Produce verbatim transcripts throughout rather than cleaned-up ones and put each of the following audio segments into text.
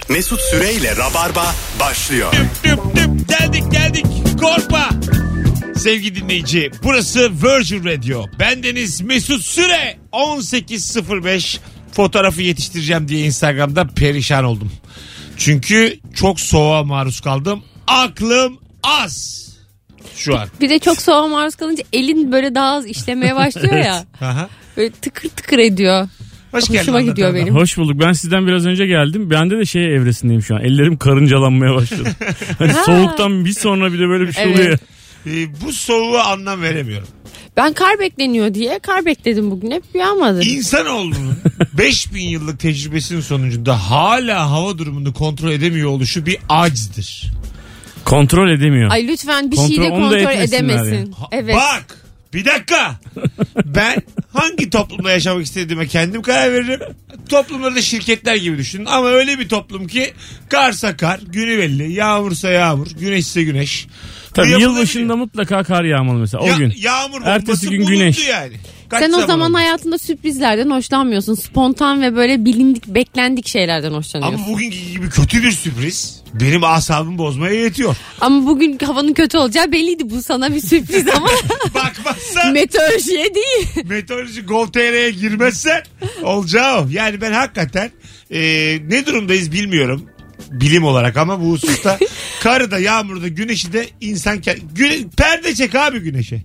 Mesut Süreyle Rabarba başlıyor. Düp düp düp geldik geldik korkma. Sevgili dinleyici, burası Virgin Radio. Bendeniz Mesut Süre. on sekiz sıfır beş fotoğrafı yetiştireceğim diye Instagram'da perişan oldum. Çünkü çok soğuğa maruz kaldım. Aklım az şu an. Bir de çok soğuğa maruz kalınca elin böyle daha az işlemeye başlıyor ya. Aha. Böyle tıkır tıkır ediyor. Hoş geldin. Hoşuma gidiyor anlatamam. benim. Hoş bulduk. Ben sizden biraz önce geldim. Ben de de şey evresindeyim şu an. Ellerim karıncalanmaya başladı. Hani soğuktan bir sonra bir de böyle bir şey Evet. oluyor. Ee, bu soğuğa anlam veremiyorum. Ben kar bekleniyor diye kar bekledim bugün, hep yağmadı. İnsanoğlunun beş bin yıllık tecrübesinin sonucunda hala hava durumunu kontrol edemiyor oluşu bir acizdir. Kontrol edemiyor. Ay lütfen bir Kontrol- şeyi de onu da kontrol etmesinler edemesin. yani. Ha- Evet. Bak bir dakika. Ben hangi toplumda yaşamak istediğime kendim karar veririm. Toplumları da şirketler gibi düşünün. Ama öyle bir toplum ki karsa kar, günübelli, yağmursa yağmur, güneşse güneş. Tabii Bu yılbaşında yapılabiliyor. mutlaka kar yağmalı mesela o Ya- gün. Yağmur Ertesi bombası gün bulundu güneş. yani. Kaç Sen o zaman oldu? hayatında sürprizlerden hoşlanmıyorsun. Spontan ve böyle bilindik, beklendik şeylerden hoşlanıyorsun. Ama Ama, bugünkü gibi kötü bir sürpriz benim asabımı bozmaya yetiyor. bugün havanın kötü olacağı belliydi. Bu sana bir sürpriz ama Bakmazsan meteorolojiye değil. meteoroloji gov nokta tr'ye girmezsen olacağı o. Yani ben hakikaten e, ne durumdayız bilmiyorum. Bilim olarak ama bu hususta karı da yağmurda güneşi de insan ke- güne- perde çek abi güneşe.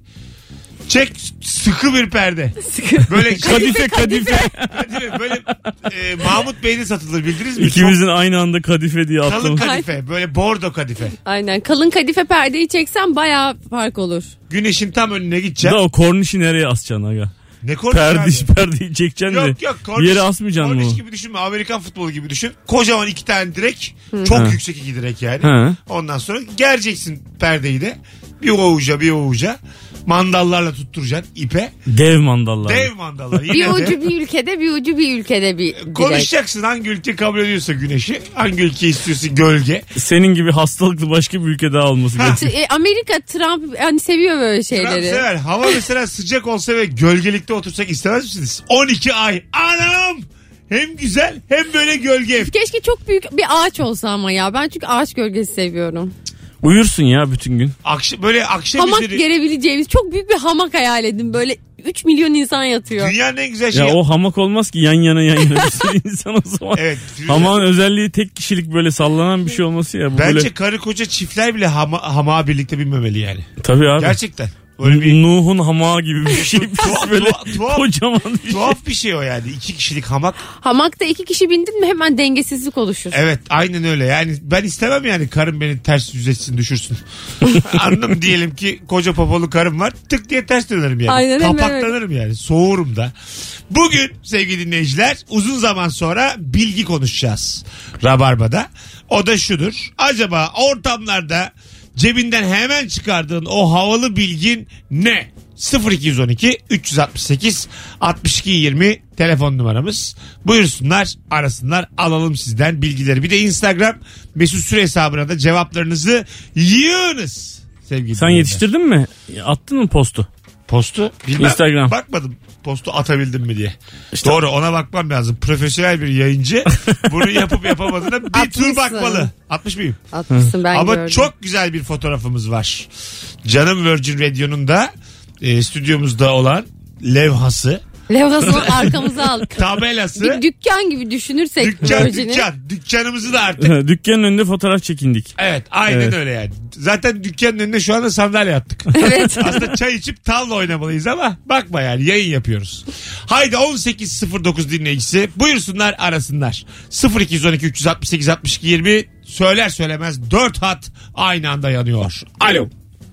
Çek sıkı bir perde. Böyle Kadife kadife. kadife böyle e, Mahmut Bey'de satılır bildiniz mi? İkimizin aynı anda kadife diye Çok kalın attım. kadife böyle bordo kadife. Aynen, kalın kadife perdeyi çeksen bayağı fark olur. Güneşin tam önüne gideceğim. Da o kornişi nereye asacaksın aga? Ne korniş Perdiş abi? perdeyi çekeceksin Yok de yok bir korniş, yere asmayacaksın korniş mı? gibi düşünme, Amerikan futbolu gibi düşün. Kocaman iki tane direk, çok Hı. yüksek iki direk yani. Hı. Ondan sonra gereceksin perdeyi de bir o uca bir o uca mandallarla tutturacaksın ipe. Dev mandallar. Dev mandallar. Bir Yine ucu de bir ülkede, bir ucu bir ülkede bir direkt. konuşacaksın hangi ülke kabul ediyorsa güneşi, hangi ülke istiyorsa gölge. Senin gibi hastalıklı başka bir ülke daha olması Ha. gerekiyor. E, Amerika, Trump hani seviyor böyle Trump şeyleri. sever. Hava mesela sıcak olsa ve gölgelikte otursak istemez misiniz? on iki ay. Anam! Hem güzel hem böyle gölge. Keşke çok büyük bir ağaç olsa ama ya. Ben çünkü ağaç gölgesi seviyorum. Uyursun ya bütün gün. Akş- böyle akşam Hamak üzeri gerebileceğimiz çok büyük bir hamak hayal edin. Böyle üç milyon insan yatıyor. dünyanın en güzel şeyi. Ya o hamak olmaz ki yan yana yan yana bir sürü insan o zaman. Evet. Hamakın özelliği tek kişilik böyle sallanan bir şey olması ya. Bu Bence böyle... karı koca çiftler bile hama, hamağa birlikte binmemeli yani. Tabii abi. Gerçekten. Öyle bir Nuh'un hamağı gibi bir şey. Tuhaf- böyle tuhaf- kocaman bir şey. tuhaf bir şey o yani. İki kişilik hamak. Hamakta iki kişi bindin mi hemen dengesizlik oluşur. Evet aynen öyle. Yani ben istemem yani karım beni ters yüz etsin düşürsün. Anladım, diyelim ki koca popolu karım var. Tık diye ters dönerim yani. Aynen öyle. Kapaklanırım yani. Soğurum da. Bugün sevgili dinleyiciler uzun zaman sonra bilgi konuşacağız. Rabarba'da. O da şudur. Acaba ortamlarda cebinden hemen çıkardığın o havalı bilgin ne? sıfır iki on iki üç altı sekiz altmış iki yirmi telefon numaramız. Buyursunlar, arasınlar, alalım sizden bilgileri. Bir de Instagram Mesut Süre hesabına da cevaplarınızı yığınız. Sevgili Sen dinleyiciler. yetiştirdin mi? Attın mı postu? Postu bilmem. Instagram. Bakmadım postu atabildim mi diye. Doğru, ona bakmam lazım. Profesyonel bir yayıncı bunu yapıp yapamadığına bir tur Atmışsın. bakmalı. Atmış mıyım? Atmışsın, ben Ama gördüm. çok güzel bir fotoğrafımız var. Canım Virgin Radio'nun da e, stüdyomuzda olan levhası, Levhasını arkamıza aldık. tabelası, Bir dükkan gibi düşünürsek dükkan Virgin'i. dükkan. Dükkanımızı da artık. Dükkanın önünde fotoğraf çekindik. Evet aynen Evet. öyle yani. Zaten dükkanın önünde şu anda sandalye attık. Evet. Aslında çay içip tavla oynamalıyız ama bakma yani yayın yapıyoruz. Haydi on sekiz sıfır dokuz dinleyicisi buyursunlar, arasınlar. sıfır iki on iki üç altı sekiz altmış iki yirmi söyler söylemez dört hat aynı anda yanıyor. Alo.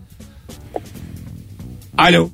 Alo.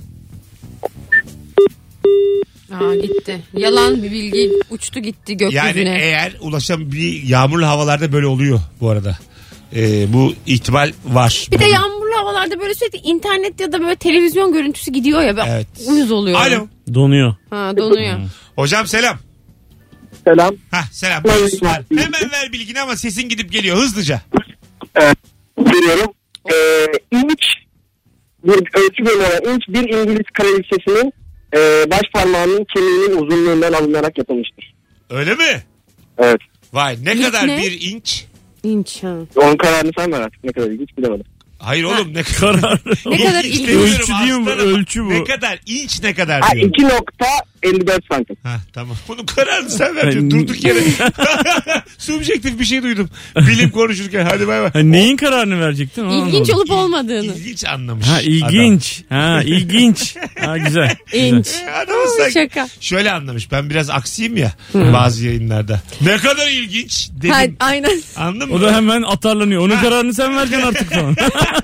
Aa, gitti. Yalan bir bilgi uçtu gitti gökyüzüne. Yani eğer ulaşan bir yağmurlu havalarda böyle oluyor bu arada. Ee, bu ihtimal var. Bir de yağmurlu havalarda böyle sürekli internet ya da böyle televizyon görüntüsü gidiyor ya. Ben Evet. uyuz oluyorum. Alo. Donuyor. Ha, donuyor. Hocam selam. Selam. Hah selam. Buyursunlar. Hemen ver bilgini ama sesin gidip geliyor hızlıca. Evet. Veriyorum. Ee, inç bir ölçü birimi olan inç bir İngiliz kraliçesinin e, baş parmağının kemiğinin uzunluğundan alınarak yapılmıştır. Öyle mi? Evet. Vay ne İlk kadar ne? bir inç? İnç ha. Onun kararını sen ver artık. Ne kadar ilginç bilemedim. Hayır oğlum ne kadar. Karar. Ne kadar ilginç. demiyorum Ölçü değil mi bu? aslanım. Ölçü bu. Ne kadar inç ne kadar Ha, diyor. iki nokta elli dört santim. Ha tamam. Bunun kararını sen vereceksin. Ben- Durduk yere. Subjektif bir şey duydum. Bilim konuşurken. Hadi bay bay. Ha, neyin kararını verecektin? Onu İlginç anlamadım. olup olmadığını. İlginç anlamış. Ha ilginç. Ha ilginç. Ha güzel. İnç. Adam. Adamın sanki Şaka. şöyle anlamış. Ben biraz aksiyim ya bazı yayınlarda. Ne kadar ilginç dedim. Ha, aynen. Anladın mı? O da hemen atarlanıyor. Onun kararını sen vereceksin artık falan.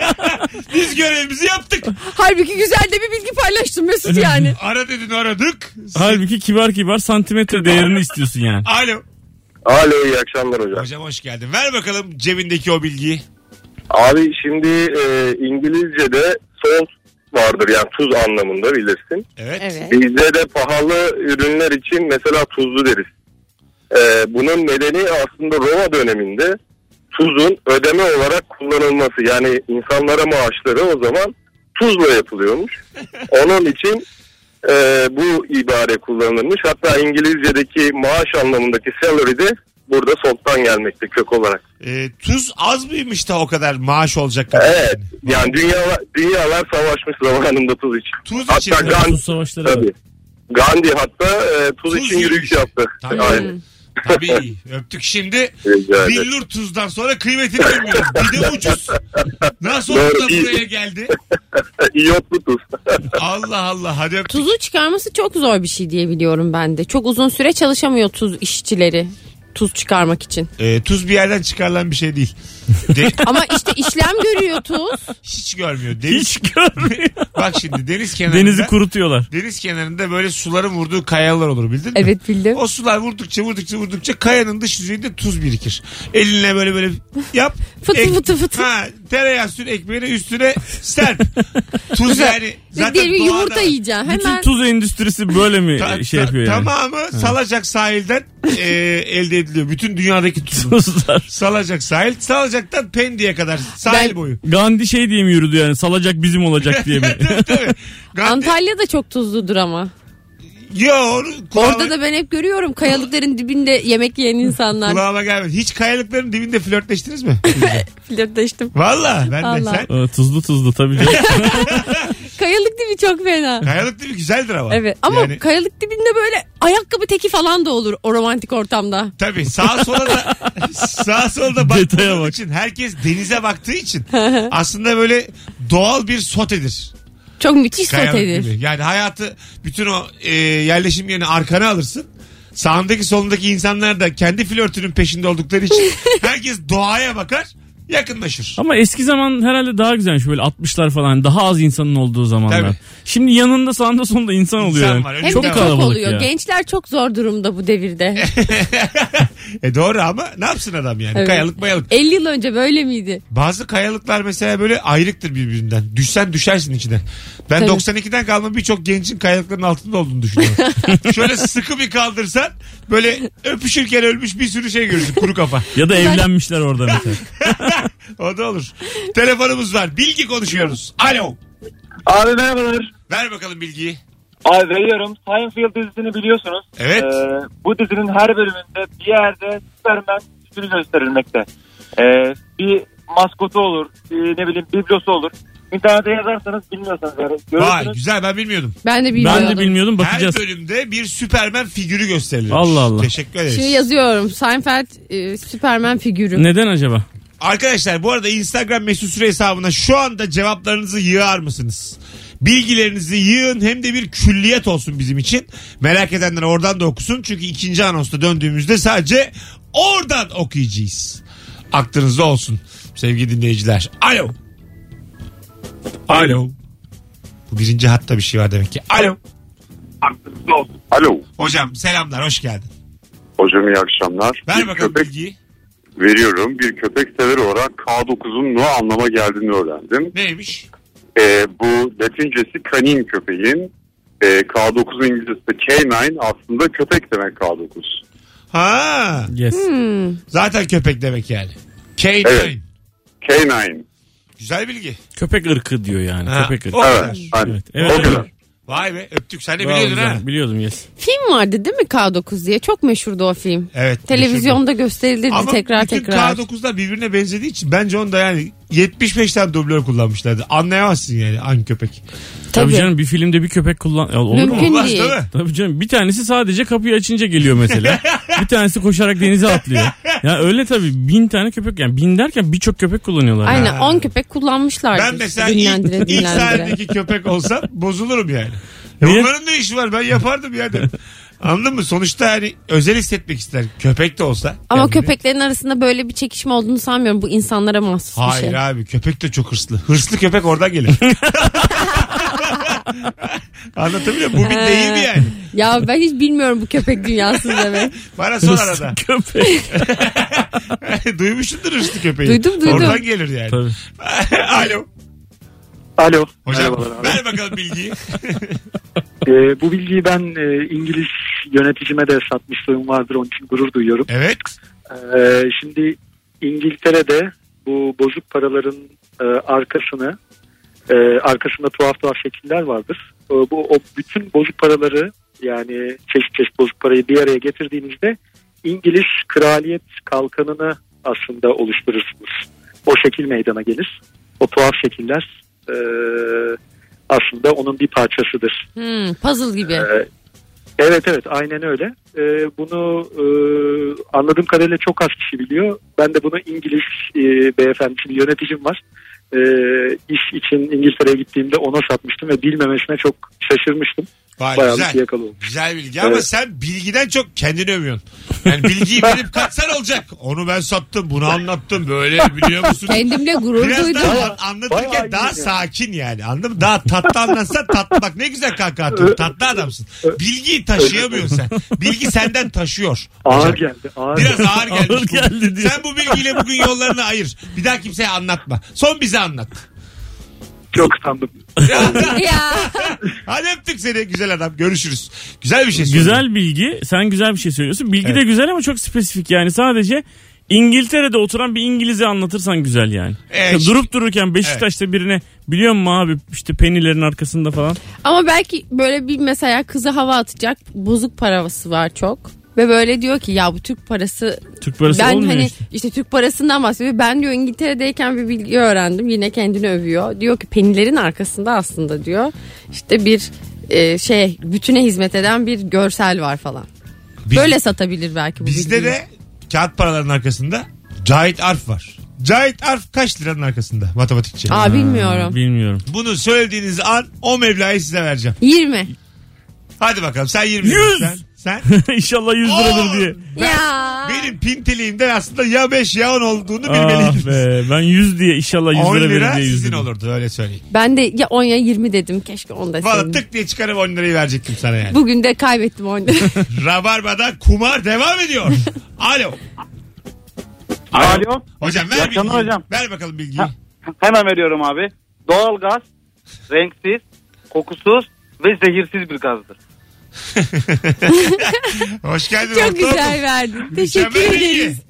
Biz görevimizi yaptık. Halbuki güzel de bir bilgi paylaştın Mesut yani. Ara dedin aradık. Halbuki kibar kibar santimetre değerini istiyorsun yani. Alo. Alo, iyi akşamlar hocam. Hocam hoş geldin. Ver bakalım cebindeki o bilgiyi. Abi şimdi e, İngilizce'de salt vardır, yani tuz anlamında bilirsin. Evet. Evet. Bizde de pahalı ürünler için mesela tuzlu deriz. E, bunun nedeni aslında Roma döneminde tuzun ödeme olarak kullanılması. Yani insanlara maaşları o zaman tuzla yapılıyormuş. Onun için e, bu ibare kullanılmış. Hatta İngilizce'deki maaş anlamındaki salary de burada salt'tan gelmekte kök olarak. Ee, tuz az mıymış da o kadar maaş olacak kadar? Evet. Yani dünyalar, dünyalar savaşmış zamanında tuz için. Tuz hatta için. Gandhi, Tuz savaşları var. tabii. Gandhi hatta e, tuz, Tuz için yürüyüş yürüyüş. yaptı. Tabii. Aynen. Tabii. Öptük şimdi. Rica ederim. Billur tuzdan sonra kıymetini bilmiyoruz. Bir de ucuz. Nasıl oldu Doğru, da iyi. buraya geldi? İyotlu tuz. Allah Allah. Hadi öptük. Tuzu çıkarması çok zor bir şey diye biliyorum ben de. Çok uzun süre çalışamıyor tuz işçileri. Tuz çıkarmak için. Ee, tuz bir yerden çıkarılan bir şey değil. De- Ama işte işlem görüyor tuz. hiç görmüyor. Deniz, Hiç görmüyor. bak şimdi deniz kenarında. Denizi kurutuyorlar. Deniz kenarında böyle suların vurduğu kayalar olur bildin mi? Evet bildim. O sular vurdukça vurdukça vurdukça kayanın dış yüzeyinde tuz birikir. Elinle böyle böyle yap. Fıtı Ek- fıtı fıtı. Ha, tereyağı sür ekmeğine üstüne serp. Tuz yani. Zaten Diyelim doğada- yumurta yiyeceksin. Bütün Hemen tuz endüstrisi böyle mi Ta- şey ta- yapıyor yani? Tamamı Salacak sahilden e, elde ediliyor. Bütün dünyadaki tuz. Tuzlar. Salacak sahil. Salacak'tan Pendik'e kadar sahil Ben- boyu. Gandhi şey diye mi yürüdü yani salacak bizim olacak diye mi? Tabii, tabii. Gandhi- Antalya da çok tuzludur ama. Yo, onu kulağıma, Orada da ben hep görüyorum kayalıkların dibinde yemek yiyen insanlar. kulağıma gelmedi. Hiç kayalıkların dibinde flörtleştiniz mi? Flörtleştim. Valla ben de Allah. sen. Aa, tuzlu tuzlu tabii canım. Kayalık dibi çok fena. Kayalık dibi güzeldir ama. Evet ama Yani, kayalık dibinde böyle ayakkabı teki falan da olur o romantik ortamda. tabii sağa sola da sağa sola da Detaya bakmadığın bak. için herkes denize baktığı için aslında böyle doğal bir sotedir. Çok müthiş Kayalık sotedir. gibi. Yani hayatı bütün o e, yerleşim yerini arkana alırsın. Sağındaki solundaki insanlar da kendi flörtünün peşinde oldukları için herkes doğaya bakar, yakınlaşır. Ama eski zaman herhalde daha güzelmiş böyle altmışlar falan daha az insanın olduğu zamanlar. Tabii. Şimdi yanında sağında solunda insan oluyor. İnsan yani. var, Hem öyle Çok de çok kalabalık oluyor. ya. Gençler çok zor durumda bu devirde. E doğru ama ne yapsın adam yani? Evet. Kayalık mayalık. elli yıl önce böyle miydi? Bazı kayalıklar mesela böyle ayrıktır birbirinden. Düşsen düşersin içine. Ben Tabii. doksan ikiden kalma birçok gencin kayalıkların altında olduğunu düşünüyorum. Şöyle sıkı bir kaldırsan böyle öpüşürken ölmüş bir sürü şey görürsün kuru kafa. Ya da evlenmişler orada mesela. O da olur. Telefonumuz var. Bilgi konuşuyoruz. Alo. Abi merhabalar. Ver bakalım bilgiyi. Abi veriyorum. Seinfeld dizisini biliyorsunuz. Evet. Ee, bu dizinin her bölümünde bir yerde Superman figürü gösterilmekte. Ee, bir maskotu olur, bir, ne bileyim biblosu olur. İnternete yazarsanız bilmiyorsanız yani. Vay Görürsünüz. güzel ben bilmiyordum. Ben de bilmiyordum. Ben de bilmiyordum bakacağız. Her bölümde bir Süpermen figürü gösterilir. Allah Allah. Teşekkür ederiz. Şimdi yazıyorum. Seinfeld e, Superman figürü. Neden acaba? Arkadaşlar bu arada Instagram mesut süre hesabına şu anda cevaplarınızı yığar mısınız? Bilgilerinizi yığın hem de bir külliyet olsun bizim için. Merak edenler oradan da okusun. Çünkü ikinci anonsta döndüğümüzde sadece oradan okuyacağız. Aklınızda olsun sevgili dinleyiciler. Alo. Alo. Bu birinci hatta bir şey var demek ki. Alo. Alo. Hocam selamlar hoş geldin. Hocam iyi akşamlar. Ver bir bakalım köpek bilgiyi. veriyorum. Bir köpek sever olarak K dokuzun ne anlama geldiğini öğrendim. Neymiş? Ee, bu Latincesi kanin köpeğin. Ee, K dokuz İngilizcesi de canine aslında köpek demek K dokuz. Ha. Yes. Hmm. Zaten köpek demek yani. Canine. Evet. Canine. Güzel bilgi. Köpek ırkı diyor yani. Ha, Köpek ırkı. o Evet. kadar. Hani, Evet, evet, o evet. kadar. Vay be öptük. Sen de Bravo, biliyordun güzel. ha. Biliyordum yes. Film vardı değil mi K dokuz diye? Çok meşhurdu o film. Evet. Televizyonda gösterilirdi Ama tekrar bütün tekrar. K dokuzlar birbirine benzediği için bence onda yani yetmiş beş tane dublör kullanmışlardı. Anlayamazsın yani hangi köpek. Tabii, Tabii. canım bir filmde bir köpek kullan... Ya, olur mu? Mümkün Olmaz değil. değil mi? Tabii canım bir tanesi sadece kapıyı açınca geliyor mesela. Bir tanesi koşarak denize atlıyor. Ya öyle tabii bin tane köpek yani bin derken birçok köpek kullanıyorlar. Yani. Aynen on köpek kullanmışlardı. Ben mesela Dinlendire, ilk, ilk dinlendire. sahnedeki köpek olsam bozulurum yani. Ya Niye? bunların ne işi var ben yapardım yani. Anladın mı? Sonuçta hani özel hissetmek ister. Köpek de olsa. Ama kendini. köpeklerin arasında böyle bir çekişme olduğunu sanmıyorum. Bu insanlara mahsus bir Hayır şey. abi köpek de çok hırslı. Hırslı köpek oradan gelir. Anlatabiliyor muyum? Bu bir deyim yani. Ya ben hiç bilmiyorum bu köpek dünyasını demek. Bana sor arada. Köpek. Duymuşsundur hırslı köpeği. Duydum, duydum. Oradan gelir yani. Tabii. Alo. Alo. Hocam Merhabalar abi. ver bakalım bilgiyi. Ee, bu bilgiyi ben e, İngiliz yöneticime de satmışlığım vardır. Onun için gurur duyuyorum. Evet. Ee, şimdi İngiltere'de bu bozuk paraların e, arkasını e, arkasında tuhaf tuhaf şekiller vardır. E, bu o bütün bozuk paraları yani çeşit çeşit bozuk parayı bir araya getirdiğinizde İngiliz kraliyet kalkanını aslında oluşturursunuz. O şekil meydana gelir. O tuhaf şekiller e, aslında onun bir parçasıdır. Hmm, puzzle gibi. Ee, evet evet aynen öyle. Ee, bunu e, anladığım kadarıyla çok az kişi biliyor. Ben de bunu İngiliz e, beyefendi, bir yöneticim var. Ee, iş için İngiltere'ye gittiğimde ona satmıştım ve bilmemesine çok şaşırmıştım. Vay, Bayağı güzel. bir yakalı olmuş. Güzel bilgi ama Evet. sen bilgiden çok kendini övüyorsun. Yani bilgiyi verip kaçsan olacak. Onu ben sattım, bunu anlattım. Böyle biliyor musun? Kendimle gurur Biraz duydum. daha Bayağı- anlatırken bayağı daha iyi yani. sakin yani. Anladın mı? Daha tatlı anlatsan tatlı. Bak ne güzel kahkaha atıyorsun. Tatlı adamsın. Bilgiyi taşıyamıyorsun sen. Bilgi senden taşıyor. Ağır Hocam. geldi. Ağır Biraz geldi. ağır gelmiş. Ağır bu. geldi diyor. Sen bu bilgiyle bugün yollarını ayır. Bir daha kimseye anlatma. Son bize anlat. Çok utandım. Ya. Hadi öptük seni güzel adam. Görüşürüz. Güzel bir şey söylüyorsun. Güzel bilgi. Sen güzel bir şey söylüyorsun. Bilgi de Evet. güzel ama çok spesifik yani. Sadece İngiltere'de oturan bir İngiliz'e anlatırsan güzel yani. Evet. Durup dururken Beşiktaş'ta birine biliyor musun abi işte penilerin arkasında falan. Ama belki böyle bir mesela kızı hava atacak bozuk parası var çok. Ve böyle diyor ki ya bu Türk parası Türk parası ben olmuyor hani işte. işte. Türk parasından bahsediyor. Ben diyor İngiltere'deyken bir bilgi öğrendim. Yine kendini övüyor. Diyor ki penilerin arkasında aslında diyor işte bir e, şey bütüne hizmet eden bir görsel var falan. Biz- Böyle satabilir belki bu Bizde bilgiyi. de kağıt paraların arkasında Cahit Arf var. Cahit Arf kaç liranın arkasında matematikçi? Aa bilmiyorum. Bilmiyorum. Bunu söylediğiniz an o meblağı size vereceğim. yirmi. Hadi bakalım sen yirmi. Yüz. Sen, sen? İnşallah yüz liradır Oo, diye. ben- Ya. Benim pintiliğimden aslında ya beş ya on olduğunu Ah bilmeliydiniz. be ben yüz diye inşallah yüz on lira lira verir diye yüz sizin dedim. olurdu öyle söyleyeyim. Ben de ya on ya yirmi dedim. Keşke on Valla deseydim. tık diye çıkarıp on lirayı verecektim sana yani. Bugün de kaybettim on lira. Rabarba'da kumar devam ediyor. Alo. Alo. Hocam ver İyi akşamlar bilgiyi. hocam. Ver bakalım bilgiyi. Ha. Hemen veriyorum abi. Doğalgaz renksiz, kokusuz ve zehirsiz bir gazdır. Hoş geldin. Çok ortaoğlum. güzel verdin. Teşekkür Mükemmel bilgi. ederiz.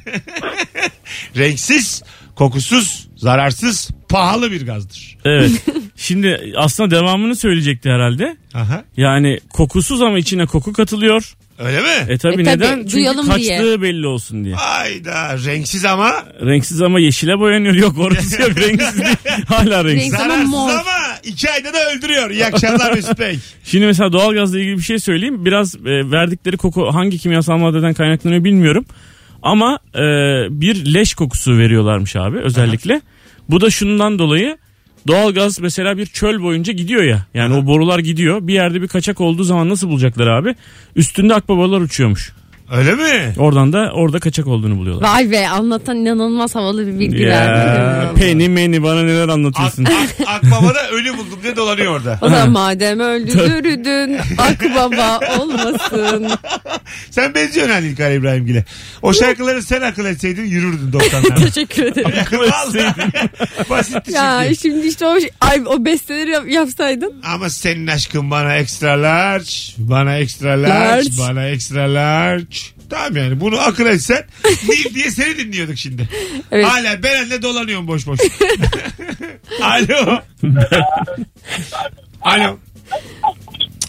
Renksiz, kokusuz, zararsız, pahalı bir gazdır. Evet. Şimdi aslında devamını söyleyecekti herhalde. Aha. Yani kokusuz ama içine koku katılıyor. Öyle mi? E tabi E tabii, neden? Çünkü duyalım kaçtığı diye. belli olsun diye. Ayda renksiz ama Renksiz ama yeşile boyanıyor. Yok orası yok renksiz değil. Hala renksiz. Renksiz. Ama zararsız mor. ama iki ayda da öldürüyor. İyi akşamlar Mesut Bey. Şimdi mesela doğalgazla ilgili bir şey söyleyeyim. Biraz e, verdikleri koku hangi kimyasal maddeden kaynaklanıyor bilmiyorum. Ama e, bir leş kokusu veriyorlarmış abi özellikle. Bu da şundan dolayı doğalgaz mesela bir çöl boyunca gidiyor ya. Yani o borular gidiyor. Bir yerde bir kaçak olduğu zaman nasıl bulacaklar abi? Üstünde akbabalar uçuyormuş. Öyle mi? Oradan da orada kaçak olduğunu buluyorlar. Vay be anlatan inanılmaz havalı bir bilgi Ya, verdi. peni meni bana neler Ak, anlatıyorsun. ak, akbabada ölü buldum diye dolanıyor orada. O zaman madem öldürürdün akbaba olmasın. Sen benziyorsun hani İlkay İbrahimgil'e. O şarkıları sen akıl etseydin yürürdün doksanlarda. Teşekkür ederim. Vallahi. Basitti Ya çünkü. şimdi işte o, ay, o besteleri yap- yapsaydın. Ama senin aşkın bana extra large, bana extra large, Large. bana extra large. Tamam yani bunu akıl etsen Nil diye seni dinliyorduk şimdi. Evet. Hala Beren'le dolanıyorum boş boş. Alo. Alo.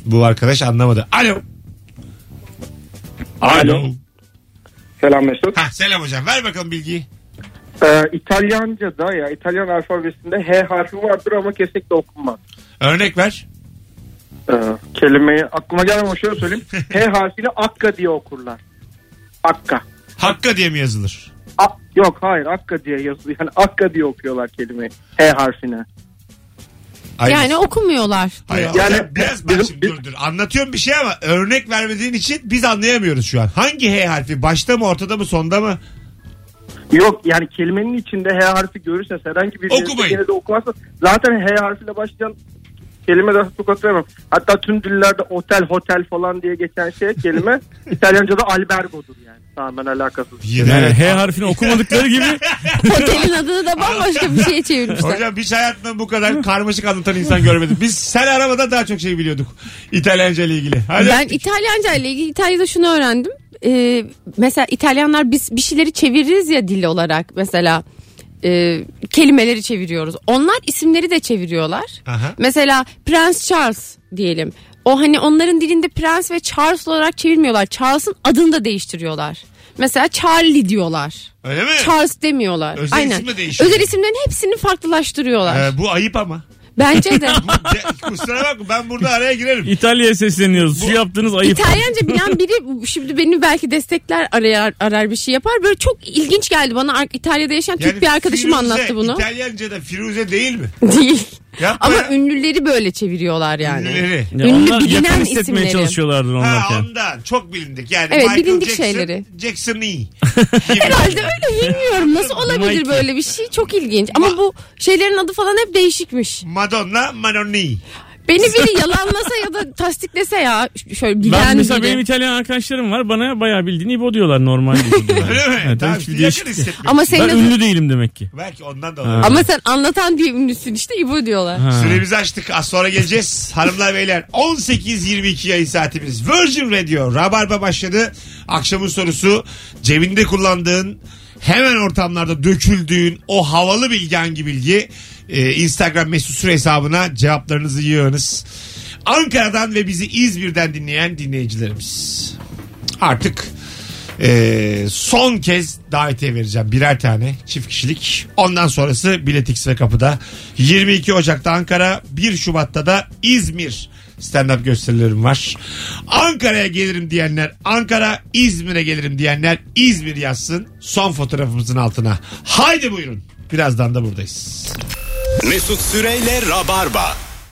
Bu arkadaş anlamadı. Alo. Alo. Alo. Selam Mesut. Ha, selam hocam. Ver bakalım bilgiyi. Ee, İtalyanca'da ya İtalyan alfabesinde H harfi vardır ama kesinlikle okunmaz. Örnek ver. Ee, kelimeyi aklıma gelmiyor, şöyle söyleyeyim. H harfini akka diye okurlar. Akka. Hakka diye mi yazılır? A- Yok hayır, akka diye yazılıyor. Yani akka diye okuyorlar kelimeyi. H harfini. Hayır. Yani okumuyorlar. Hayır, Yani yani biraz bak bizim- şimdi dur dur. Anlatıyorum bir şey ama örnek vermediğin için biz anlayamıyoruz şu an. Hangi H harfi? Başta mı, ortada mı, sonda mı? Yok yani kelimenin içinde H harfi görürseniz herhangi bir Okumayın. yerde okumazsa zaten H harfiyle başlayan kelime de çok hatırlamam. Hatta tüm dillerde otel, hotel falan diye geçen şey kelime İtalyanca'da albergodur yani. Tamamen alakasız. Yine. Yani H harfini okumadıkları gibi. Otelin adını da bambaşka bir şeye çevirmişler. Hocam hiç hayatımda bu kadar karmaşık anlatan insan görmedim. Biz sen aramadan daha çok şey biliyorduk İtalyanca ile ilgili. Hadi. Ben İtalyanca ile ilgili İtalya'da şunu öğrendim. Ee, mesela İtalyanlar biz bir şeyleri çeviririz ya dil olarak. Mesela e, kelimeleri çeviriyoruz. Onlar isimleri de çeviriyorlar. Aha. Mesela Prens Charles diyelim. O hani onların dilinde Prens ve Charles olarak çevirmiyorlar. Charles'ın adını da değiştiriyorlar. Mesela Charlie diyorlar. Öyle mi? Charles demiyorlar. Özel Aynen. isim de değişiyor. Özel isimlerin hepsini farklılaştırıyorlar. Ee, bu ayıp ama. Bence de. Bu- Kusura bakma ben burada araya girerim. İtalya'ya sesleniyoruz. Şu yaptığınız ayıp. İtalyanca bilen biri şimdi beni belki destekler, arar, arar bir şey yapar. Böyle çok ilginç geldi bana. İtalya'da yaşayan Türk bir arkadaşım Firuze, anlattı bunu. İtalyanca'da Firuze değil mi? Değil. Yapma Ama ya. ünlüleri böyle çeviriyorlar yani. Ünlüleri. Ya Ünlü onlar bilinen yakın hissetmeye isimleri. çalışıyorlardır Ha onlarken. ondan çok bilindik yani. Evet, Michael bilindik Jackson, şeyleri. Jackson E. Herhalde öyle, bilmiyorum nasıl olabilir Mikey. böyle bir şey, çok ilginç. Ama bu şeylerin adı falan hep değişikmiş. Madonna Manoni. Beni biri yalanlasa ya da tasdiklese ya şöyle bilen Ben mesela biri. benim İtalyan arkadaşlarım var. Bana bayağı bildiğin İbo diyorlar normalde. Öyle mi? Evet, Tamam, hiçbir yakın değişiklik yok. hissetmek. Ama senin Ben adın- ünlü değilim demek ki. Belki ondan da Ha. olabilir. ama sen anlatan diye ünlüsün işte, İbo diyorlar. Ha. Süremizi açtık. Az sonra geleceğiz. Hanımlar beyler on sekiz yirmi iki yayın saatimiz. Virgin Radio. Rabarba başladı. Akşamın sorusu cebinde kullandığın, hemen ortamlarda döküldüğün o havalı bilgi hangi bilgi? Ee, Instagram mesut süre hesabına cevaplarınızı yığınız. Ankara'dan ve bizi İzmir'den dinleyen dinleyicilerimiz. Artık e, son kez davetiye vereceğim. Birer tane çift kişilik. Ondan sonrası Bilet X ve kapıda. yirmi iki Ocak'ta Ankara, bir Şubat'ta da İzmir stand-up gösterilerim var. Ankara'ya gelirim diyenler Ankara, İzmir'e gelirim diyenler İzmir yazsın son fotoğrafımızın altına. Haydi buyurun. Birazdan da buradayız. Mesut Süreyle Rabarba.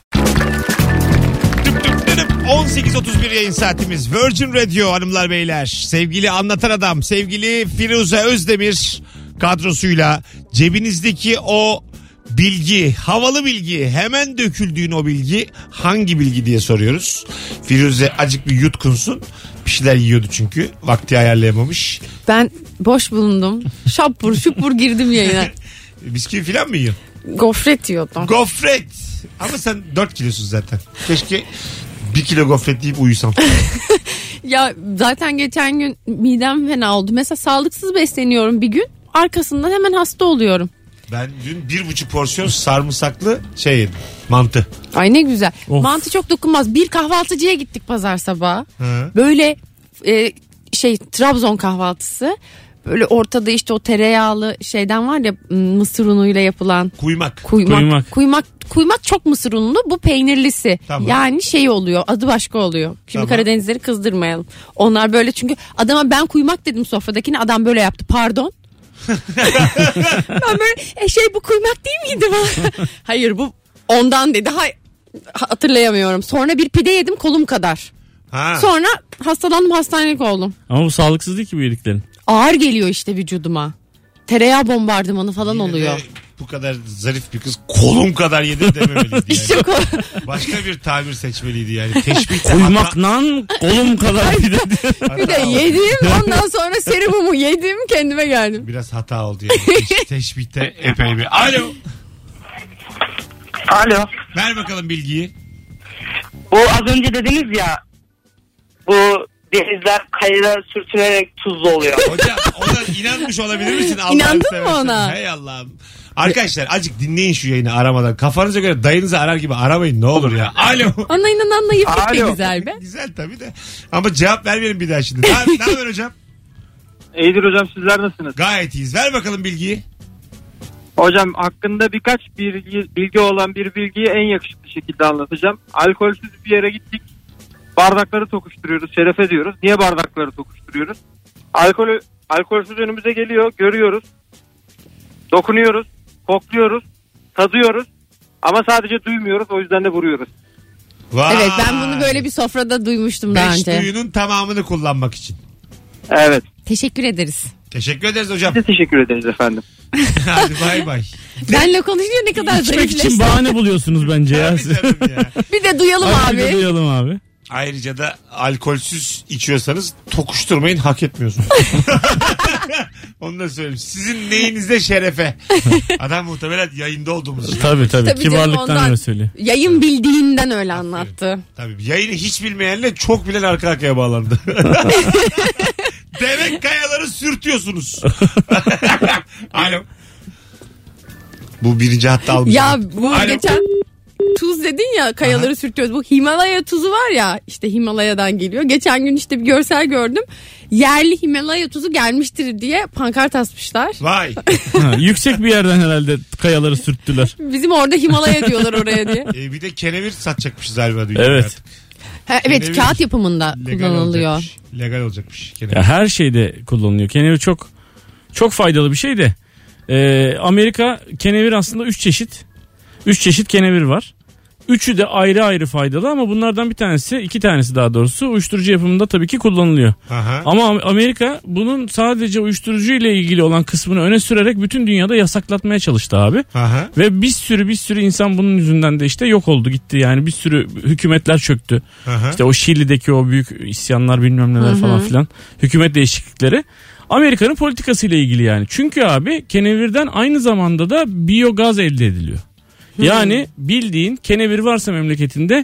on sekiz otuz bir yayın saatimiz. Virgin Radio hanımlar beyler. Sevgili anlatan adam, sevgili Firuze Özdemir kadrosuyla cebinizdeki o bilgi, havalı bilgi, hemen döküldüğün o bilgi hangi bilgi diye soruyoruz. Firuze acık bir yutkunsun. Bir şeyler yiyordu çünkü. Vakti ayarlayamamış. Ben boş bulundum. Şapur şupur girdim yayına. Bisküvi falan mı yiyorsun? Gofret yiyordum. Gofret. Ama sen dört kilosun zaten. Keşke bir kilo gofret yiyip uyusan. Ya zaten geçen gün midem fena oldu. Mesela sağlıksız besleniyorum bir gün. Arkasından hemen hasta oluyorum. Ben dün bir buçuk porsiyon sarımsaklı şey yedim. Mantı. Ay ne güzel. Of. Mantı çok dokunmaz. Bir kahvaltıcıya gittik pazar sabahı. Hı. Böyle e, şey Trabzon kahvaltısı. Böyle ortada işte o tereyağlı şeyden var ya, mısır unuyla yapılan Kuymak. kuymak. Kuymak. Kuymak kuymak çok mısır unlu, bu peynirlisi. Tamam. Yani şey oluyor, adı başka oluyor. Şimdi Tamam. Karadenizleri kızdırmayalım. Onlar böyle, çünkü adama ben kuymak dedim sofradakine, adam böyle yaptı, pardon. Ben böyle e şey bu kuymak değil miydi bana? Hayır bu ondan dedi. Hay hatırlayamıyorum. Sonra bir pide yedim kolum kadar. Ha. Sonra hastalandım, hastanelik oldum. Ama bu sağlıksız değil ki bu yediklerin. Ağır geliyor işte vücuduma. Tereyağı bombardımanı falan Yine oluyor. de bu kadar zarif bir kız kolum kadar yedim dememeliydi yani. İşte ko- Başka bir tabir seçmeliydi yani. Teşbih. Kuymakla kolum kadar bir de. bir de yedim, ondan sonra serumumu yedim, kendime geldim. Biraz hata oldu yani. Teş- teşbihte epey bir. Alo. Alo. Ver bakalım bilgiyi. Bu az önce dediniz ya, bu denizler kayada sürtünerek tuzlu oluyor. Hocam o da kadar inanmış olabilir misin? Allah'ını İnandın mı seversen. ona? Hey Allah'ım. Arkadaşlar azıcık dinleyin şu yayını aramadan. Kafanıza göre dayınızı arar gibi aramayın ne olur ya. Alo. Ona inanan naiflik de Alo. güzel be. Güzel tabii de. Ama cevap vermeyelim bir daha şimdi. Ne, ne haber hocam? İyidir hocam, sizler nasılsınız? Gayet iyiyiz. Ver bakalım bilgiyi. Hocam hakkında birkaç bilgi, bilgi olan bir bilgiyi en yakışıklı şekilde anlatacağım. Alkolsüz bir yere gittik. Bardakları tokuşturuyoruz. Şerefe diyoruz. Niye bardakları tokuşturuyoruz? Alkol, alkolsüz önümüze geliyor. Görüyoruz. Dokunuyoruz. Kokluyoruz. Tadıyoruz. Ama sadece duymuyoruz. O yüzden de vuruyoruz. Vay. Evet, ben bunu böyle bir sofrada duymuştum daha Beş önce. duyunun tamamını kullanmak için. Evet. Teşekkür ederiz. Teşekkür ederiz hocam. Biz de teşekkür ederiz efendim. Hadi bay bay. Benle konuşuyor ne kadar İçmek için zayıfleşti. bahane buluyorsunuz bence ya. Tabii canım ya. Bir de duyalım Hadi bir de abi. duyalım abi. Ayrıca da alkolsüz içiyorsanız tokuşturmayın, hak etmiyorsunuz. Onu da söyleyeyim. Sizin neyinizde şerefe. Adam muhtemelen yayında olduğumuz için. Tabii tabii, Tabii canım, kibarlıktan ondan- öyle söylüyor. Yayın bildiğinden öyle anlattı. Tabii yayını hiç bilmeyenle çok bilen arka arkaya bağlandı. Demek kayaları sürtüyorsunuz. Alo. Bu birinci hatta almış. Ya bu Alo. geçen tuz dedin ya, kayaları Aha. sürtüyoruz. Bu Himalaya tuzu var ya, işte Himalaya'dan geliyor. Geçen gün işte bir görsel gördüm. Yerli Himalaya tuzu gelmiştir diye pankart asmışlar. Vay. Ha, yüksek bir yerden herhalde kayaları sürttüler. Bizim orada Himalaya diyorlar oraya diye. E, bir de kenevir satacakmışız galiba dünyada. Evet. artık. Ha, evet, Kenevir kağıt yapımında Legal kullanılıyor. olacakmış. Legal olacakmış. Kenevir. Ya her şeyde kullanılıyor. Kenevir çok çok faydalı bir şey de. Ee, Amerika kenevir aslında üç çeşit. Üç çeşit kenevir var. Üçü de ayrı ayrı faydalı ama bunlardan bir tanesi, iki tanesi daha doğrusu uyuşturucu yapımında tabii ki kullanılıyor. Aha. Ama Amerika bunun sadece uyuşturucu ile ilgili olan kısmını öne sürerek bütün dünyada yasaklatmaya çalıştı abi. Aha. Ve bir sürü bir sürü insan bunun yüzünden de işte yok oldu gitti. Yani bir sürü hükümetler çöktü. Aha. İşte o Şili'deki o büyük isyanlar bilmem neler falan filan. Hükümet değişiklikleri. Amerika'nın politikasıyla ilgili yani. Çünkü abi kenevirden aynı zamanda da biyogaz elde ediliyor. Yani bildiğin kenevir varsa memleketinde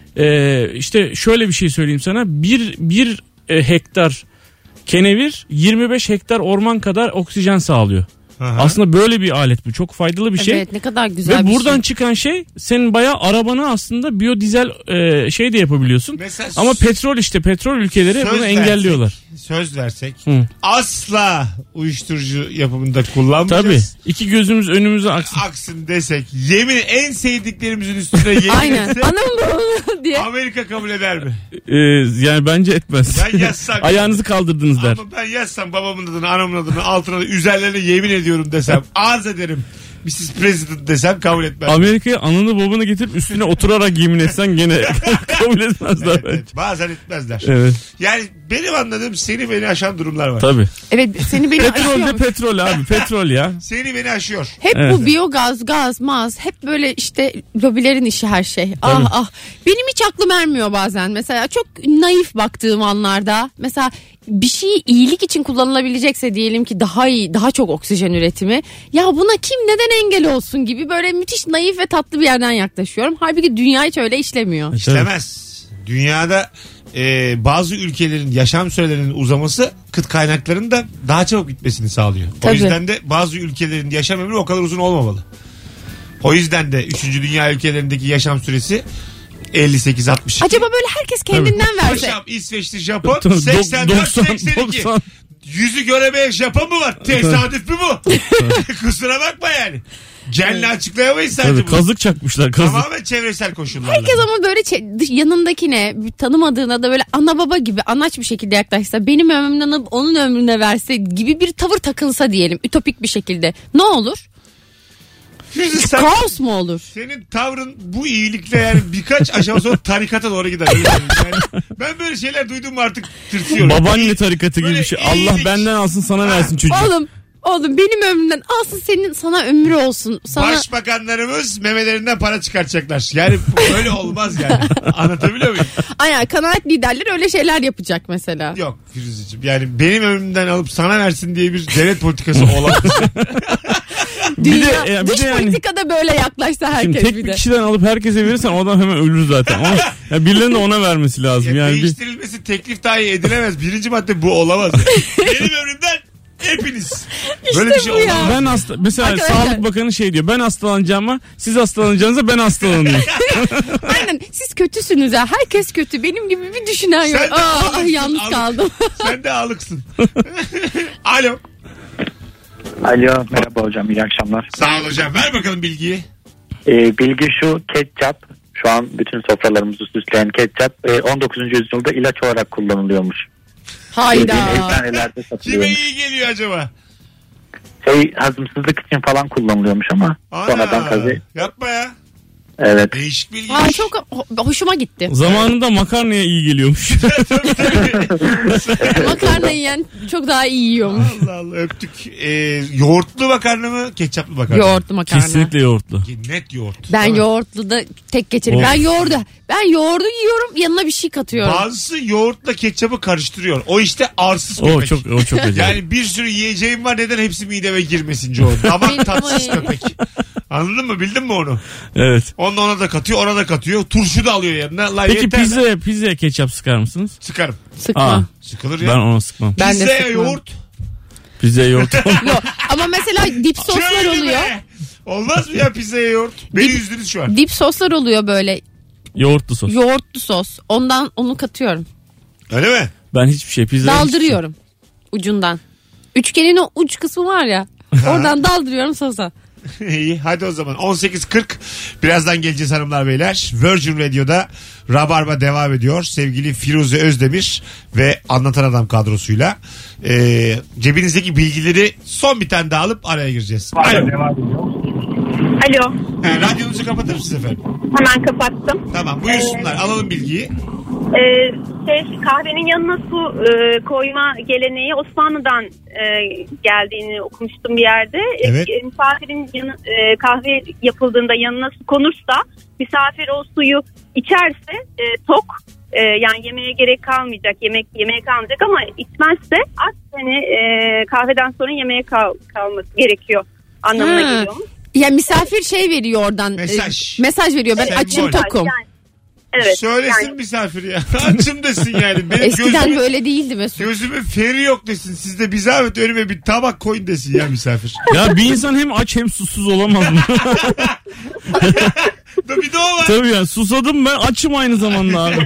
e, işte şöyle bir şey söyleyeyim sana. Bir, bir e, hektar kenevir yirmi beş hektar orman kadar oksijen sağlıyor. Aha. Aslında böyle bir alet bu. Çok faydalı bir şey. Evet, ne kadar güzel Ve bir buradan şey. çıkan şey senin bayağı arabana aslında biyodizel e, şey de yapabiliyorsun. Mesela Ama s- petrol işte petrol ülkeleri söz bunu versek- engelliyorlar. Söz versek Hı. asla uyuşturucu yapımında Tabii. kullanmayacağız. İki gözümüz önümüze aksın. Aksın desek yemin en sevdiklerimizin üstüne yemin Aynen. etsek Anam babam diye. Amerika kabul eder mi? Ee, yani bence etmez. Ben yazsam. Ayağınızı kaldırdınız der. Ama ben yazsam babamın adını, anamın adını altına da üzerlerine yemin ediyorum desem, arz ederim missus President desem kabul etmez. Amerika'ya ananı babanı getirip üstüne oturarak yemin etsen gene kabul etmezler. Evet, Evet. evet, bazen etmezler. Evet. Yani benim anladığım seni beni aşan durumlar var. Tabii. Evet, seni beni Petrol de aşıyor. petrol abi. Petrol ya. Seni beni aşıyor. Hep Evet. bu biyogaz, gaz, maz, hep böyle işte lobilerin işi her şey. Ah ah. Benim hiç aklım ermiyor bazen. Mesela çok naif baktığım anlarda. Mesela bir şey iyilik için kullanılabilecekse, diyelim ki daha iyi, daha çok oksijen üretimi. Ya buna kim neden engel olsun gibi böyle müthiş naif ve tatlı bir yerden yaklaşıyorum. Halbuki dünya hiç öyle işlemiyor. İşlemez. Dünyada e, bazı ülkelerin yaşam sürelerinin uzaması kıt kaynakların da daha çabuk bitmesini sağlıyor. Tabii. O yüzden de bazı ülkelerin yaşam ömrü o kadar uzun olmamalı. O yüzden de üçüncü dünya ülkelerindeki yaşam süresi elli sekiz altmış. Acaba böyle herkes kendinden verse. Paşam İsveçli Japon Tabii, seksen dört doksan, seksen iki. doksan. Yüzü göremeyen Japon mu var? Tesadüf mü bu? Kusura bakma yani. Genle açıklayamayız sadece Tabii, bunu. kazık çakmışlar kazık. Tamamen çevresel koşullarla. Herkes ama böyle çe- dış- yanındakine, tanımadığına da böyle ana baba gibi anaç bir şekilde yaklaşsa, benim ömrümden alıp onun ömrüne verse gibi bir tavır takınsa diyelim, ütopik bir şekilde, ne olur? Firuze, sen- Kaos mu olur? Senin tavrın bu iyilikle yani birkaç aşama sonra tarikata doğru gider. Öyle söyleyeyim. Yani ben böyle şeyler duydum mu artık tırsıyorum. Babaanne tarikatı gibi Böyle bir şey. iyilik. Allah benden alsın sana versin çocuk. Oğlum, oğlum benim ömrümden alsın, senin sana ömrü olsun. Sana Başbakanlarımız memelerinden para çıkartacaklar. Yani öyle olmaz yani. Anlatabiliyor muyum? Aynen, kanaat liderleri öyle şeyler yapacak mesela. Yok Firuzeciğim. Yani benim ömrümden alıp sana versin diye bir devlet politikası olamaz. Dünya, de- ya bir dış de yani- politikada böyle yaklaşsa Şimdi herkes tek bir bir de. kişiden alıp herkese verirsen o adam hemen ölür zaten. Ama ya birilerinin de ona vermesi lazım. Ya Yani bir, değiştirilmesi teklif dahi edilemez. Birinci madde bu olamaz. Yani. Benim ömrümden Hepiniz. Böyle bir şey olmaz. Ben hasta mesela Arkadaşlar. Sağlık Bakanı şey diyor. Ben hastalanacağıma siz hastalanacağınıza ben hastalanıyorum. Aynen siz kötüsünüz ya. Herkes kötü. Benim gibi bir düşünen yok. Sen de Aa, ağlıksın, yalnız ağlık. kaldım. Sen de ağlıksın. Alo. Alo merhaba hocam iyi akşamlar. Sağ ol hocam. Ver bakalım bilgiyi. Ee, bilgi şu ketçap şu an bütün sofralarımızı süsleyen ketçap e, on dokuzuncu yüzyılda ilaç olarak kullanılıyormuş. Hayda. Bildiğin eczanelerde Kime satılıyormuş. iyi geliyor acaba? Şey hazımsızlık için falan kullanılıyormuş ama sonradan tabii. Yapma ya. Evet. Değişik bilgi. Aa, çok ho- hoşuma gitti. Zamanında makarnaya iyi geliyormuş. Makarna yiyen çok daha iyi yiyormuş. Allah Allah öptük. Ee, yoğurtlu makarna mı? Ketçaplı makarna mı? Yoğurtlu makarna. Kesinlikle yoğurtlu. Net yoğurt. Ben Tamam. yoğurtlu da tek geçerim. Of. Ben yoğurdu. Ben yoğurdu yiyorum yanına bir şey katıyorum. Bazısı yoğurtla ketçapı karıştırıyor. O işte arsız O köpek. çok o çok acayip. Yani bir sürü yiyeceğim var, neden hepsi mideme girmesin Joe? Ama Benim tatsız ay. köpek. Anladın mı? Bildin mi onu? Evet. Onu ona da katıyor, ona da katıyor. Turşu da alıyor yanına. La Peki yeter lan. pizzaya pizzaya ketçap sıkar mısınız? Sıkarım. Sıkma. Aa, Sıkılır ben ya. ona sıkmam. Ben de Pizzaya sıkmam. yoğurt. Pizzaya yoğurt. Yok. Ama mesela dip soslar Şöyle oluyor. be. Olmaz mı ya pizzaya yoğurt? Beni üzdünüz şu an. Dip soslar oluyor böyle. Yoğurtlu sos. Yoğurtlu sos. Ondan onu katıyorum. Öyle mi? Ben hiçbir şey pizza Daldırıyorum. Ucundan. Üçgenin o uç kısmı var ya. Oradan daldırıyorum sosa. İyi hadi o zaman on sekiz kırk birazdan geleceğiz hanımlar beyler. Virgin Radio'da Rabarba devam ediyor. Sevgili Firuze Özdemir ve Anlatan Adam kadrosuyla. Ee, cebinizdeki bilgileri son bir tane daha alıp araya gireceğiz. Alo. Alo. He, radyonuzu kapatır mısınız efendim? Hemen kapattım. Tamam buyursunlar, alalım bilgiyi. Ee, şey, kahvenin yanına su e, koyma geleneği Osmanlı'dan e, geldiğini okumuştum bir yerde. Evet. E, misafirin yanı, e, kahve yapıldığında yanına su konursa misafir o suyu içerse e, tok, e, yani yemeğe gerek kalmayacak, yemek yemeğe kalmayacak, ama içmezse az hani e, kahveden sonra yemeğe kal, kalması gerekiyor anlamına Ha. geliyor. Ya misafir şey veriyor oradan. Mesaj. e, mesaj veriyor. Ben Sembol. açım tokum. Yani, evet. Söylesin yani- misafir ya. Açım desin yani. Benim Eskiden gözümün, böyle değildi Mesut. gözümün feri yok desin. Siz de bir zahmet önüme bir tabak koyun desin ya misafir. Ya bir insan hem aç hem susuz olamaz mı? Bir de o var. Tabii ya susadım ben açım aynı zamanda abi.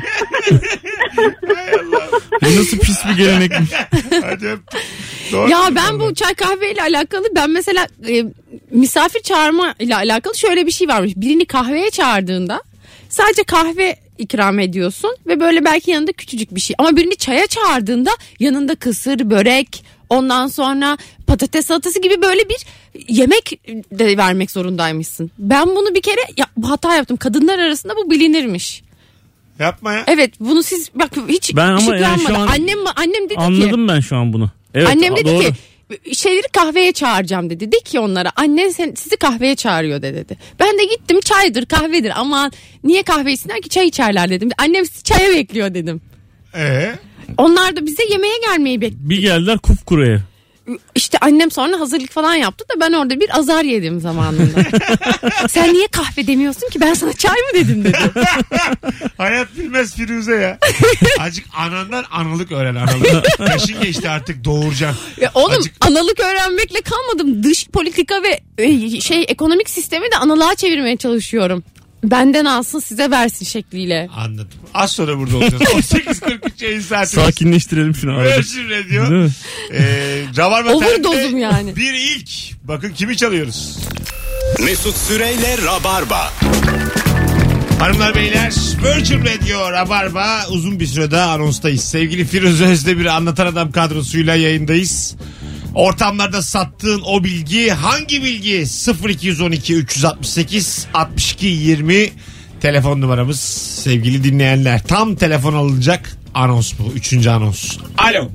Hay Allah. Bu nasıl pis bir gelenekmiş. Hadi öptüm. Doğru Ya musun ben vallahi? bu çay kahveyle alakalı ben mesela e, misafir çağırma ile alakalı şöyle bir şey varmış. Birini kahveye çağırdığında sadece kahve ikram ediyorsun ve böyle belki yanında küçücük bir şey. Ama birini çaya çağırdığında yanında kısır, börek, ondan sonra patates salatası gibi böyle bir yemek de vermek zorundaymışsın. Ben bunu bir kere ya, hata yaptım. Kadınlar arasında bu bilinirmiş. Yapma ya. Evet bunu siz bak hiç Ben ama ışıklanmadı. yani şu an annem annem dedi ki Anladım ben şu an bunu. Evet, annem dedi doğru. ki şeyleri kahveye çağıracağım dedi. De ki onlara annen sen, sizi kahveye çağırıyor de dedi. Ben de gittim çaydır kahvedir aman niye kahve içsinler ki çay içerler dedim. Annem sizi çaya bekliyor dedim. Ee? Onlar da bize yemeğe gelmeyi bekliyor. Bir geldiler kupkuruya. İşte annem sonra hazırlık falan yaptı da ben orada bir azar yedim zamanında. Sen niye kahve demiyorsun ki ben sana çay mı dedim dedi. Hayat bilmez Firuze ya. Azıcık anandan analık öğren analık. Yaşın geçti artık doğuracaksın. Ya oğlum Azıcık- analık öğrenmekle kalmadım. Dış politika ve e, şey ekonomik sistemi de analığa çevirmeye çalışıyorum. Benden alsın size versin şekliyle. Anladım. Az sonra burada olacağız. on sekiz kırk üç yayın saati. Sakinleştirelim şunu abi. Virgin Radio. Değil mi? Ee, Rabarba Overdozum Time'de yani. Bir ilk. Bakın kimi çalıyoruz. Mesut Süreyle Rabarba. Hanımlar beyler Virgin Radio Rabarba uzun bir sürede anonstayız. Sevgili Firuze Özdemir Anlatan Adam kadrosuyla yayındayız. Ortamlarda sattığın o bilgi hangi bilgi? sıfır iki on iki üç altı sekiz altmış iki yirmi telefon numaramız sevgili dinleyenler. Tam telefon alınacak anons bu. Üçüncü anons. Alo.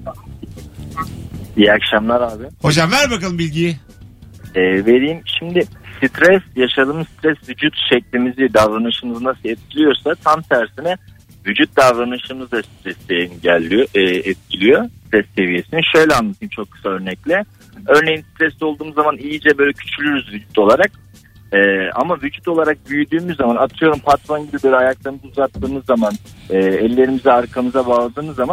İyi akşamlar abi. Hocam ver bakalım bilgiyi. Ee, vereyim. Şimdi stres, yaşadığımız stres vücut şeklimizi, davranışımızı nasıl etkiliyorsa tam tersine vücut davranışımız da stresi engelliyor, e, etkiliyor stres seviyesini. Şöyle anlatayım çok kısa örnekle. Örneğin stresli olduğumuz zaman iyice böyle küçülürüz vücut olarak. E, ama vücut olarak büyüdüğümüz zaman atıyorum patron gibi böyle ayaklarımızı uzattığımız zaman, e, ellerimizi arkamıza bağladığımız zaman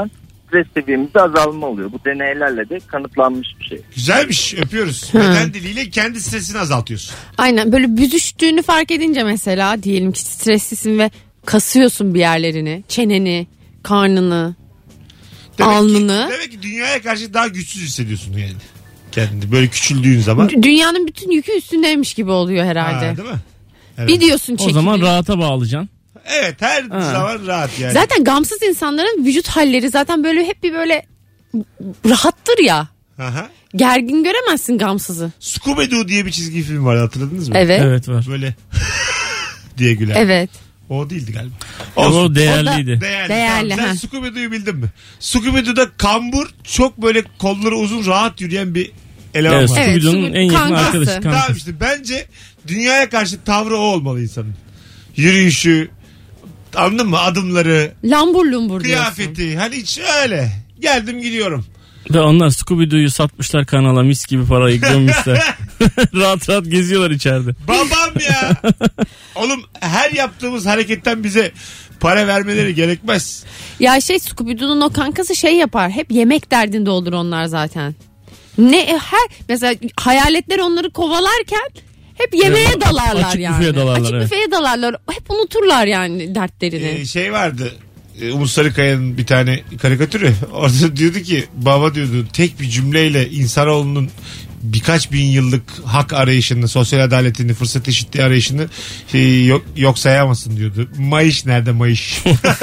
stres seviyemizde azalma oluyor. Bu deneylerle de kanıtlanmış bir şey. Güzelmiş, öpüyoruz. Beden diliyle kendi stresini azaltıyorsun. Aynen, böyle büzüştüğünü fark edince mesela diyelim ki streslisin ve kasıyorsun bir yerlerini, çeneni, karnını, Demek alnını. Ki, demek ki dünyaya karşı daha güçsüz hissediyorsun yani. Kendini böyle küçüldüğün zaman. D- Dünyanın bütün yükü üstündeymiş gibi oluyor herhalde. Ha, değil mi? Evet. Bir diyorsun çekiliyor. O zaman rahata bağlayacaksın. Evet, her Ha. zaman rahat yani. Zaten gamsız insanların vücut halleri zaten böyle hep bir böyle rahattır ya. Aha. Gergin göremezsin gamsızı. Scooby-Doo diye bir çizgi film vardı, hatırladınız mı? Evet. Evet var. Böyle diye gülen. Evet. O değildi galiba. Ama Olsun. o değerliydi. O da- Değerli. Değerli, Tamam. Sen ha. Scooby-Doo'yu bildin mi? Scooby-Doo'da kambur, çok böyle kolları uzun, rahat yürüyen bir eleman Evet, var. Evet, Scooby-Doo'nun Scooby- en yakın kankası. arkadaşı. Tamam Kankası. işte, bence dünyaya karşı tavrı o olmalı insanın. Yürüyüşü, anladın mı? Adımları, Lambur lumbur diyorsun. kıyafeti. Hani hiç öyle. Geldim gidiyorum. Ve onlar Scooby-Doo'yu satmışlar kanala, mis gibi parayı gömmüşler. Rahat rahat geziyorlar içeride. Babam ya. Oğlum, her yaptığımız hareketten bize para vermeleri gerekmez. Ya şey, Scooby-Doo'nun o kankası şey yapar. Hep yemek derdinde olur onlar zaten. Ne e, her mesela hayaletler onları kovalarken hep yemeğe Evet, dalarlar açık yani. büfeye dalarlar, Açık evet. büfeye dalarlar. Hep unuturlar yani dertlerini. Ee, şey vardı. e, Umut Sarıkaya'nın bir tane karikatürü. Orada diyordu ki, baba diyordu, tek bir cümleyle insanoğlunun birkaç bin yıllık hak arayışını, sosyal adaletini, fırsat eşitliği arayışını şey, yok, yok sayamazsın diyordu. Mayış nerede mayış?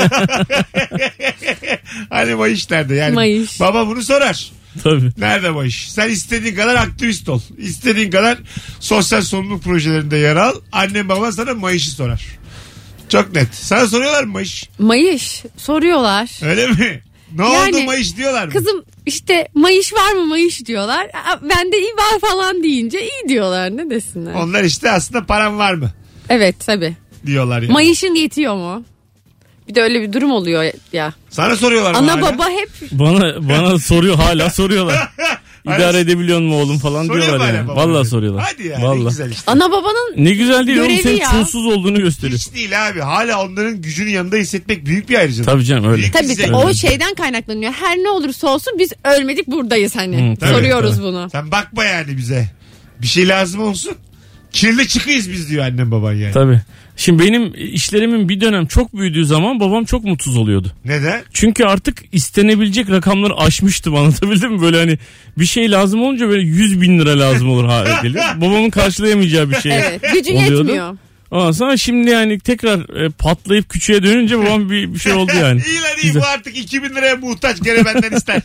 Hani mayış nerede? Yani Mayış. baba bunu sorar. Tabii. Nerede mayış? Sen istediğin kadar aktivist ol. İstediğin kadar sosyal sorumluluk projelerinde yer al. Annem baban sana mayışı sorar. Çok net. Sana soruyorlar mı mayış? Mayış soruyorlar. Öyle mi? Ne Yani, oldu mayış diyorlar mı? Kızım işte mayış var mı mayış diyorlar. Aa, ben de iyi var falan deyince iyi diyorlar, ne desinler. Onlar işte aslında param var mı Evet tabii. diyorlar yani. Mayışın yetiyor mu? Bir de öyle bir durum oluyor ya. Sana soruyorlar mı Ana hala? baba hep Bana bana soruyor, hala soruyorlar. İdare edebiliyor mu oğlum falan Soruyor mu diyorlar hala yani. baba? Vallahi soruyorlar. Hadi ya, ne Vallahi. güzel işte. ana babanın Ne güzel değil oğlum, Görevi senin ya. çulsuz olduğunu gösteriyor. Hiç değil abi. Hala onların gücünün yanında hissetmek büyük bir ayrıcalık. Tabii canım öyle. Büyük tabii bir tabii zevk. o şeyden kaynaklanıyor. Her ne olursa olsun biz ölmedik buradayız hani. Hı, tabii, Soruyoruz tabii. bunu. Sen bakma yani bize. Bir şey lazım olsun. Kirli çıkıyız biz diyor annem baban yani. Tabii. Şimdi benim işlerimin bir dönem çok büyüdüğü zaman babam çok mutsuz oluyordu. Neden? Çünkü artık istenebilecek rakamları aşmıştım, anlatabildim mi? Böyle hani bir şey lazım olunca böyle yüz bin lira lazım olur hale geliyor. Babamın karşılayamayacağı bir şey Evet, gücün oluyordu. yetmiyor. Ondan sonra şimdi yani tekrar e, patlayıp küçüğe dönünce babam bir, bir şey oldu yani. İyi lan iyi, Güzel. bu artık iki bin liraya muhtaç, gene benden ister.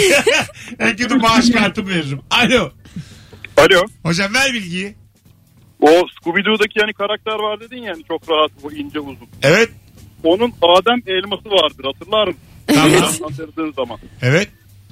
En kötü maaş kartımı veririm. Alo. Alo. Hocam ver bilgiyi. O Scooby-Doo'daki yani karakter var dedin yani, çok rahat, bu ince uzun. Evet. Onun Adem elması vardır, hatırlar mısın? Tamam. Hatırladığın zaman. Evet.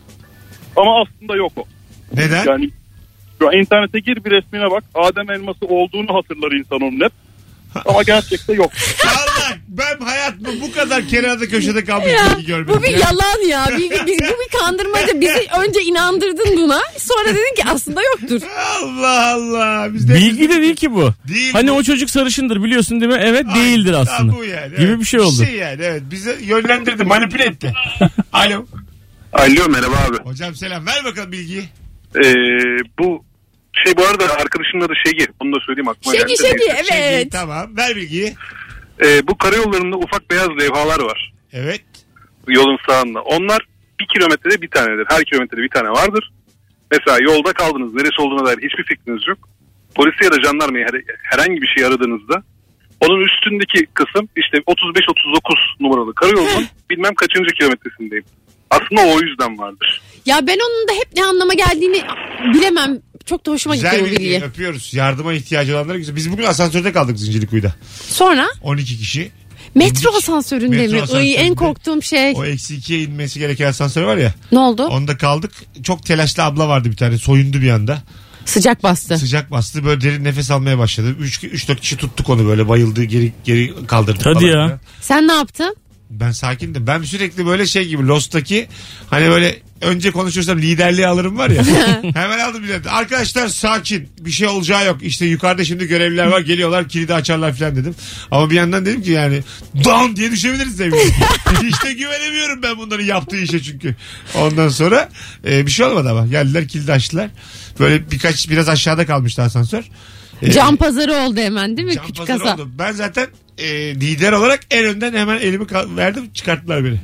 Ama aslında yok o. Neden? Yani şu an internete gir, bir resmine bak. Adem elması olduğunu hatırlar insan onun hep. Ama gerçekte yok. Allah, ben hayatımda bu kadar kenarda köşede kalmış Ya, bilgi görmedim. bu bir ya. yalan ya. Bir, bir- bir- bu bir kandırmaca. Bizi önce inandırdın buna. Sonra dedin ki aslında yoktur. Allah Allah. Biz de Bilgi de değil ki bu. Değil Hani bu. o çocuk sarışındır biliyorsun değil mi? Evet, Ay, değildir ha, aslında. bu yani, Gibi evet. bir şey oldu. Bir şey yani, evet. Bizi yönlendirdi, manipüle etti. Alo. Alo, merhaba abi. Hocam selam, ver bakalım bilgiyi. Ee, bu şey, bu arada arkadaşımın adı Şegi. Onu da söyleyeyim, aklıma Şegi geldi. şegi Neyse. evet. Tamam, ver bilgiyi. Ee, bu karayollarında ufak beyaz levhalar var. Evet. Yolun sağında. Onlar bir kilometrede bir tanedir. Her kilometrede bir tane vardır. Mesela yolda kaldınız, neresi olduğuna dair hiçbir fikriniz yok. Polisi ya da jandarmayı her- herhangi bir şey aradığınızda onun üstündeki kısım işte otuz beş otuz dokuz numaralı karayolun bilmem kaçıncı kilometresindeyim. Aslında o yüzden vardır. Ya ben onun da hep ne anlama geldiğini bilemem. Çok da hoşuma gitti Güzel bu bilgi, bilgi. öpüyoruz. Yardıma ihtiyacı olanlara güzel. Biz bugün asansörde kaldık Zincirlikuyu'da. Sonra on iki kişi. metro İndik. asansöründe Metro mi? asansöründe. Iy, en korktuğum şey. O eksi ikiye inmesi gereken asansör var ya. Ne oldu? Onda kaldık. Çok telaşlı abla vardı bir tane. Soyundu bir anda. Sıcak bastı. Sıcak bastı. Böyle derin nefes almaya başladı. üç dört kişi tuttuk onu böyle. Bayıldı. Geri geri kaldırdık. Hadi falan ya. filan. Sen ne yaptın? Ben sakindim. Ben sürekli böyle şey gibi Lost'taki hani böyle önce konuşursam liderliği alırım var ya. Hemen aldım bir de. Arkadaşlar sakin. Bir şey olacağı yok. İşte yukarıda şimdi görevliler var. Geliyorlar kilidi açarlar falan dedim. Ama bir yandan dedim ki yani down diye düşebiliriz sevgili. İşte güvenemiyorum ben bunların yaptığı işe çünkü. Ondan sonra e, bir şey olmadı ama. Geldiler kilidi açtılar. Böyle birkaç biraz aşağıda kalmıştı asansör. E, Can pazarı oldu hemen değil mi? Can Küçük pazarı kasa. oldu. Ben zaten e, lider olarak en önden hemen elimi verdim çıkarttılar beni.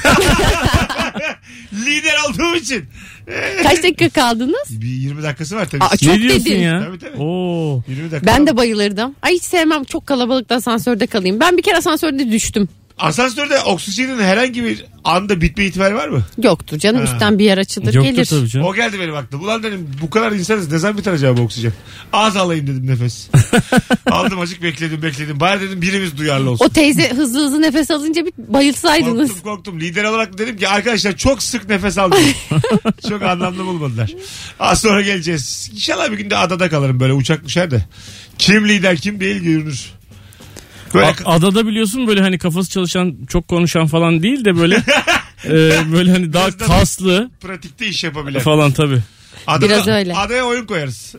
Lider olduğum için. Kaç dakika kaldınız? Bir yirmi dakikası var tabii. Aa, çok Ne diyorsun dedin. ya? Tabii, tabii. Oo. yirmi dakika. Ben de bayılırdım. Ay hiç sevmem çok kalabalıkta asansörde kalayım. Ben bir kere asansörde düştüm. Asansörde oksijenin herhangi bir anda bitme ihtimali var mı? Yoktur canım, Ha. üstten bir yer açılır Yoktur gelir. tabii canım. O geldi benim aklıma. Ulan dedim bu kadar insanız ne zaman biter acaba bu oksijen? Az alayım dedim nefes. Aldım azıcık bekledim bekledim. Bari dedim birimiz duyarlı olsun. O teyze hızlı hızlı nefes alınca bir bayılsaydınız. Korktum korktum. Lider olarak dedim ki arkadaşlar çok sık nefes aldım. Çok anlamlı bulmadılar. Az sonra geleceğiz. İnşallah bir gün de adada kalırım böyle uçak düşer de. Kim lider kim değil görünür. Böyle A- adada biliyorsun böyle hani kafası çalışan çok konuşan falan değil de böyle e, böyle hani daha Biraz da- kaslı pratikte iş yapabilen. falan tabii. Adada, Biraz öyle. Adaya oyun koyarız.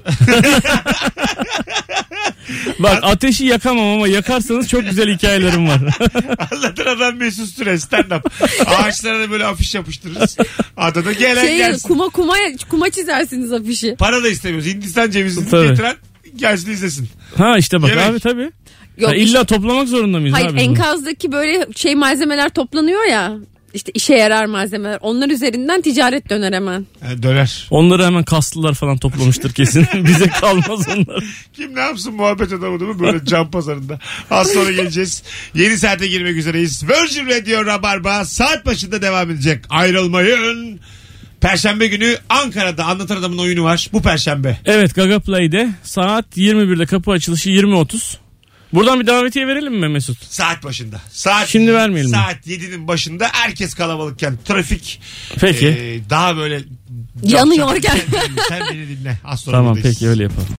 Bak ateşi yakamam ama yakarsanız çok güzel hikayelerim var. Anlatır adam Mesut Süre stand up. Ağaçlara da böyle afiş yapıştırırız. Adada gelen Şey, gelsin. kuma kuma kuma çizersiniz afişi. Para da istemiyoruz. Hindistan cevizini Tabii. getiren gelsin izlesin. Ha işte bak Yemek. abi tabii. Yok, Ha, illa toplamak zorunda mıyız hayır abi? bunu? enkazdaki böyle şey malzemeler toplanıyor ya. İşte işe yarar malzemeler. Onlar üzerinden ticaret döner hemen. Yani döner. Onları hemen kaslılar falan toplamıştır kesin. Bize kalmaz onlar. Kim ne yapsın muhabbet adamı değil mi? Böyle cam pazarında. Az sonra geleceğiz. Yeni saate girmek üzereyiz. Virgin Radio Rabarba saat başında devam edecek. Ayrılmayın. Perşembe günü Ankara'da Anlatan Adam'ın oyunu var. Bu perşembe. Evet Gaga Play'de saat yirmi birde kapı açılışı yirmi otuz. Buradan bir davetiye verelim mi Mesut? Saat başında. Saat Şimdi vermeyelim mi? Saat yedinin başında herkes kalabalıkken trafik Peki. e, daha böyle Yanıyorken. Sen, sen beni dinle. Az sonra Tamam buradayız. peki öyle yapalım.